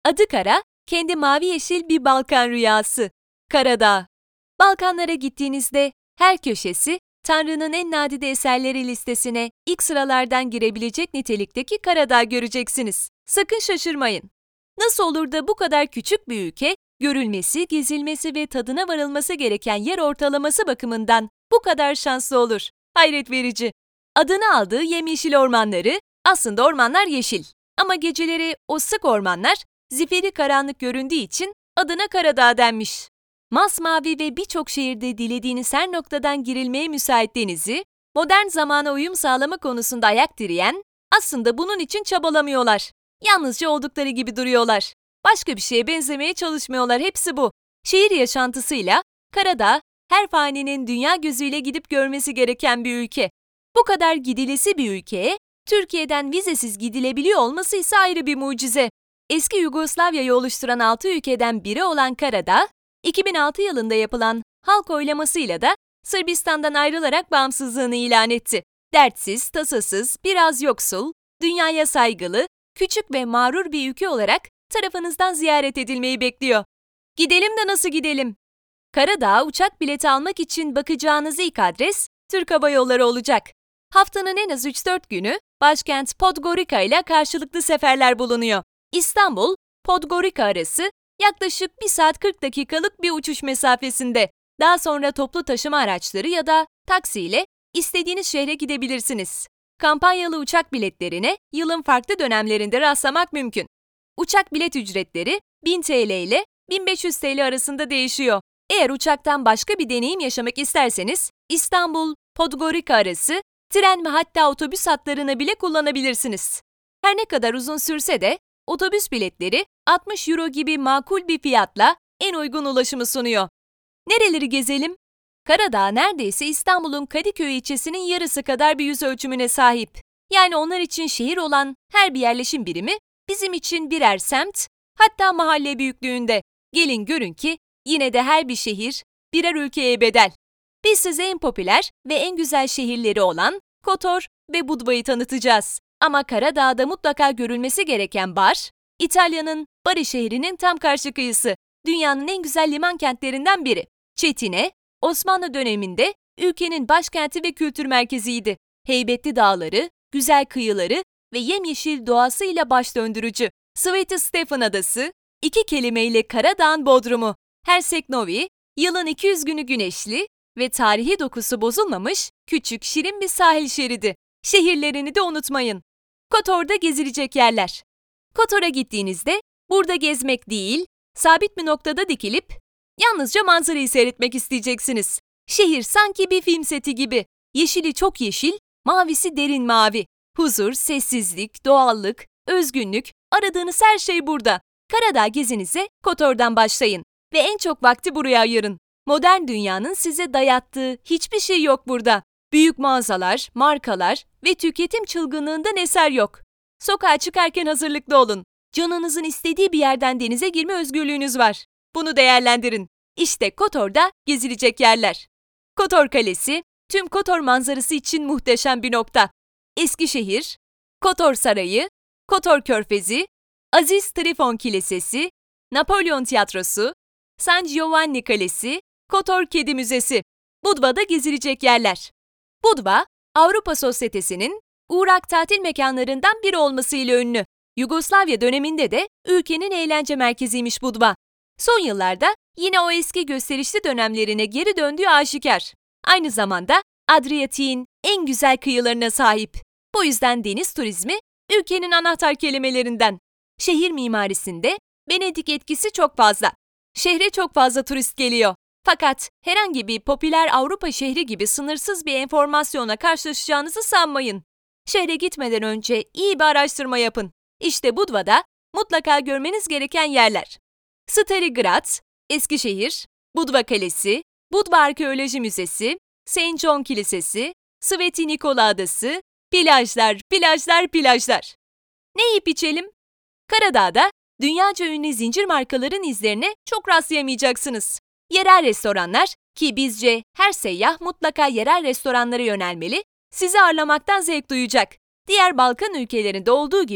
Adı kara, kendi mavi yeşil bir Balkan rüyası. Karadağ. Balkanlara gittiğinizde her köşesi Tanrı'nın en nadide eserleri listesine ilk sıralardan girebilecek nitelikteki Karadağ göreceksiniz. Sakın şaşırmayın. Nasıl olur da bu kadar küçük bir ülke, görülmesi, gezilmesi ve tadına varılması gereken yer ortalaması bakımından bu kadar şanslı olur? Hayret verici. Adını aldığı yemyeşil ormanları, aslında ormanlar yeşil. Ama geceleri o sık ormanlar zifiri karanlık göründüğü için adına Karadağ denmiş. Masmavi ve birçok şehirde dilediğiniz her noktadan girilmeye müsait denizi, modern zamana uyum sağlama konusunda ayak direyen, aslında bunun için çabalamıyorlar. Yalnızca oldukları gibi duruyorlar. Başka bir şeye benzemeye çalışmıyorlar, hepsi bu. Şehir yaşantısıyla Karadağ, her faninin dünya gözüyle gidip görmesi gereken bir ülke. Bu kadar gidilesi bir ülkeye, Türkiye'den vizesiz gidilebiliyor olması ise ayrı bir mucize. Eski Yugoslavya'yı oluşturan 6 ülkeden biri olan Karadağ, 2006 yılında yapılan halk oylamasıyla da Sırbistan'dan ayrılarak bağımsızlığını ilan etti. Dertsiz, tasasız, biraz yoksul, dünyaya saygılı, küçük ve mağrur bir ülke olarak tarafınızdan ziyaret edilmeyi bekliyor. Gidelim de nasıl gidelim? Karadağ'a uçak bileti almak için bakacağınız ilk adres Türk Hava Yolları olacak. Haftanın en az 3-4 günü başkent Podgorica ile karşılıklı seferler bulunuyor. İstanbul-Podgorica arası yaklaşık 1 saat 40 dakikalık bir uçuş mesafesinde. Daha sonra toplu taşıma araçları ya da taksi ile istediğiniz şehre gidebilirsiniz. Kampanyalı uçak biletlerine yılın farklı dönemlerinde rastlamak mümkün. Uçak bilet ücretleri 1000 TL ile 1500 TL arasında değişiyor. Eğer uçaktan başka bir deneyim yaşamak isterseniz İstanbul-Podgorica arası tren ve hatta otobüs hatlarını bile kullanabilirsiniz. Her ne kadar uzun sürse de otobüs biletleri 60 euro gibi makul bir fiyatla en uygun ulaşımı sunuyor. Nereleri gezelim? Karadağ neredeyse İstanbul'un Kadıköy ilçesinin yarısı kadar bir yüz ölçümüne sahip. Yani onlar için şehir olan her bir yerleşim birimi bizim için birer semt, hatta mahalle büyüklüğünde. Gelin görün ki yine de her bir şehir birer ülkeye bedel. Biz size en popüler ve en güzel şehirleri olan Kotor ve Budva'yı tanıtacağız. Ama Karadağ'da mutlaka görülmesi gereken Bar, İtalya'nın Bari şehrinin tam karşı kıyısı, dünyanın en güzel liman kentlerinden biri. Çetine, Osmanlı döneminde ülkenin başkenti ve kültür merkeziydi. Heybetli dağları, güzel kıyıları ve yemyeşil doğasıyla baş döndürücü. Sveti Stefan Adası, 2 kelimeyle Karadağ'ın Bodrumu. Hersek Novi, yılın 200 günü güneşli ve tarihi dokusu bozulmamış küçük şirin bir sahil şeridi. Şehirlerini de unutmayın. Kotor'da gezilecek yerler. Kotor'a gittiğinizde burada gezmek değil, sabit bir noktada dikilip yalnızca manzarayı seyretmek isteyeceksiniz. Şehir sanki bir film seti gibi. Yeşili çok yeşil, mavisi derin mavi. Huzur, sessizlik, doğallık, özgünlük, aradığınız her şey burada. Karadağ gezinize Kotor'dan başlayın ve en çok vakti buraya ayırın. Modern dünyanın size dayattığı hiçbir şey yok burada. Büyük mağazalar, markalar ve tüketim çılgınlığından eser yok. Sokağa çıkarken hazırlıklı olun. Canınızın istediği bir yerden denize girme özgürlüğünüz var. Bunu değerlendirin. İşte Kotor'da gezilecek yerler. Kotor Kalesi, tüm Kotor manzarası için muhteşem bir nokta. Eskişehir, Kotor Sarayı, Kotor Körfezi, Aziz Trifon Kilisesi, Napolyon Tiyatrosu, San Giovanni Kalesi, Kotor Kedi Müzesi. Budva'da gezilecek yerler. Budva, Avrupa Sosyetesi'nin uğrak tatil mekanlarından biri olmasıyla ünlü. Yugoslavya döneminde de ülkenin eğlence merkeziymiş Budva. Son yıllarda yine o eski gösterişli dönemlerine geri döndüğü aşikar. Aynı zamanda Adriyatik'in en güzel kıyılarına sahip. Bu yüzden deniz turizmi ülkenin anahtar kelimelerinden. Şehir mimarisinde Venedik etkisi çok fazla. Şehre çok fazla turist geliyor. Fakat herhangi bir popüler Avrupa şehri gibi sınırsız bir enformasyona karşılaşacağınızı sanmayın. Şehre gitmeden önce iyi bir araştırma yapın. İşte Budva'da mutlaka görmeniz gereken yerler. Stari Grad, Eskişehir, Budva Kalesi, Budva Arkeoloji Müzesi, St. John Kilisesi, Sveti Nikola Adası, plajlar, plajlar, plajlar. Ne yiyip içelim? Karadağ'da dünyaca ünlü zincir markaların izlerine çok rastlayamayacaksınız. Yerel restoranlar, ki bizce her seyyah mutlaka yerel restoranlara yönelmeli, sizi ağırlamaktan zevk duyacak. Diğer Balkan ülkelerinde olduğu gibi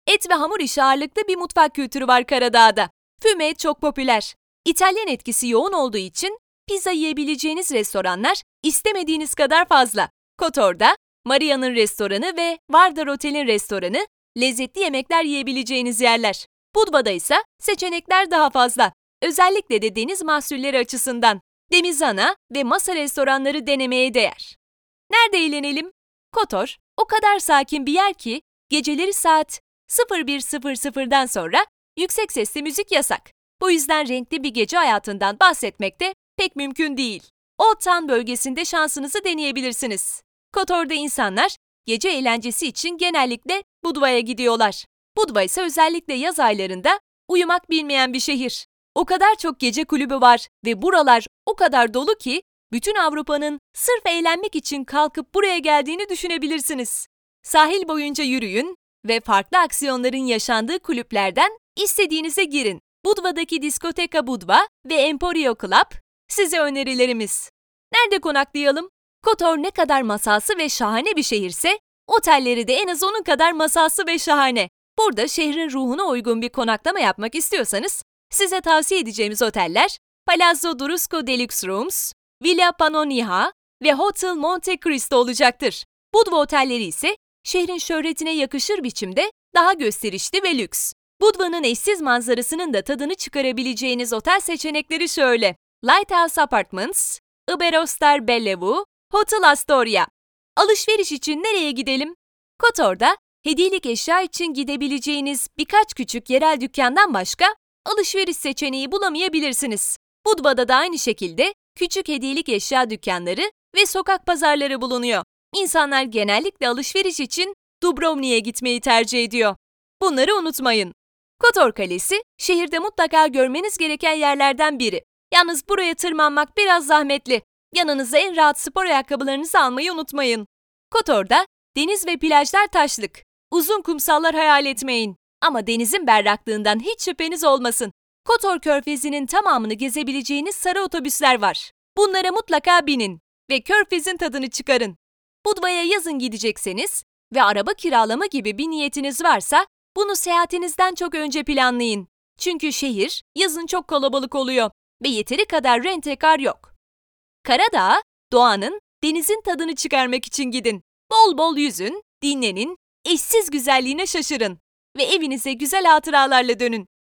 Et ve hamur işi ağırlıklı bir mutfak kültürü var Karadağ'da. Füme et çok popüler. İtalyan etkisi yoğun olduğu için pizza yiyebileceğiniz restoranlar istemediğiniz kadar fazla. Kotor'da Maria'nın restoranı ve Vardar Otel'in restoranı lezzetli yemekler yiyebileceğiniz yerler. Budva'da ise seçenekler daha fazla. Özellikle de deniz mahsulleri açısından Demizana ve masa restoranları denemeye değer. Nerede eğlenelim? Kotor o kadar sakin bir yer ki geceleri saat 01.00'dan sonra yüksek sesli müzik yasak. Bu yüzden renkli bir gece hayatından bahsetmek de pek mümkün değil. Old Town bölgesinde şansınızı deneyebilirsiniz. Kotor'da insanlar gece eğlencesi için genellikle Budva'ya gidiyorlar. Budva ise özellikle yaz aylarında uyumak bilmeyen bir şehir. O kadar çok gece kulübü var ve buralar o kadar dolu ki bütün Avrupa'nın sırf eğlenmek için kalkıp buraya geldiğini düşünebilirsiniz. Sahil boyunca yürüyün ve farklı aksiyonların yaşandığı kulüplerden istediğinize girin. Budva'daki Diskoteka Budva ve Emporio Club size önerilerimiz. Nerede konaklayalım? Kotor ne kadar masalsı ve şahane bir şehirse, otelleri de en az onun kadar masalsı ve şahane. Burada şehrin ruhuna uygun bir konaklama yapmak istiyorsanız, size tavsiye edeceğimiz oteller Palazzo Durusco Deluxe Rooms, Villa Pannonia ve Hotel Monte Cristo olacaktır. Budva otelleri ise şehrin şöhretine yakışır biçimde daha gösterişli ve lüks. Budva'nın eşsiz manzarasının da tadını çıkarabileceğiniz otel seçenekleri şöyle: Lighthouse Apartments, Iberostar Bellevue, Hotel Astoria. Alışveriş için nereye gidelim? Kotor'da hediyelik eşya için gidebileceğiniz birkaç küçük yerel dükkandan başka alışveriş seçeneği bulamayabilirsiniz. Budva'da da aynı şekilde küçük hediyelik eşya dükkanları ve sokak pazarları bulunuyor. İnsanlar genellikle alışveriş için Dubrovnik'e gitmeyi tercih ediyor. Bunları unutmayın. Kotor Kalesi, şehirde mutlaka görmeniz gereken yerlerden biri. Yalnız buraya tırmanmak biraz zahmetli. Yanınıza en rahat spor ayakkabılarınızı almayı unutmayın. Kotor'da deniz ve plajlar taşlık. Uzun kumsallar hayal etmeyin. Ama denizin berraklığından hiç şüpheniz olmasın. Kotor Körfezi'nin tamamını gezebileceğiniz sarı otobüsler var. Bunlara mutlaka binin ve Körfez'in tadını çıkarın. Budva'ya yazın gidecekseniz ve araba kiralama gibi bir niyetiniz varsa bunu seyahatinizden çok önce planlayın. Çünkü şehir yazın çok kalabalık oluyor ve yeteri kadar rent-a-car yok. Karadağ'a doğanın, denizin tadını çıkarmak için gidin. Bol bol yüzün, dinlenin, eşsiz güzelliğine şaşırın ve evinize güzel hatıralarla dönün.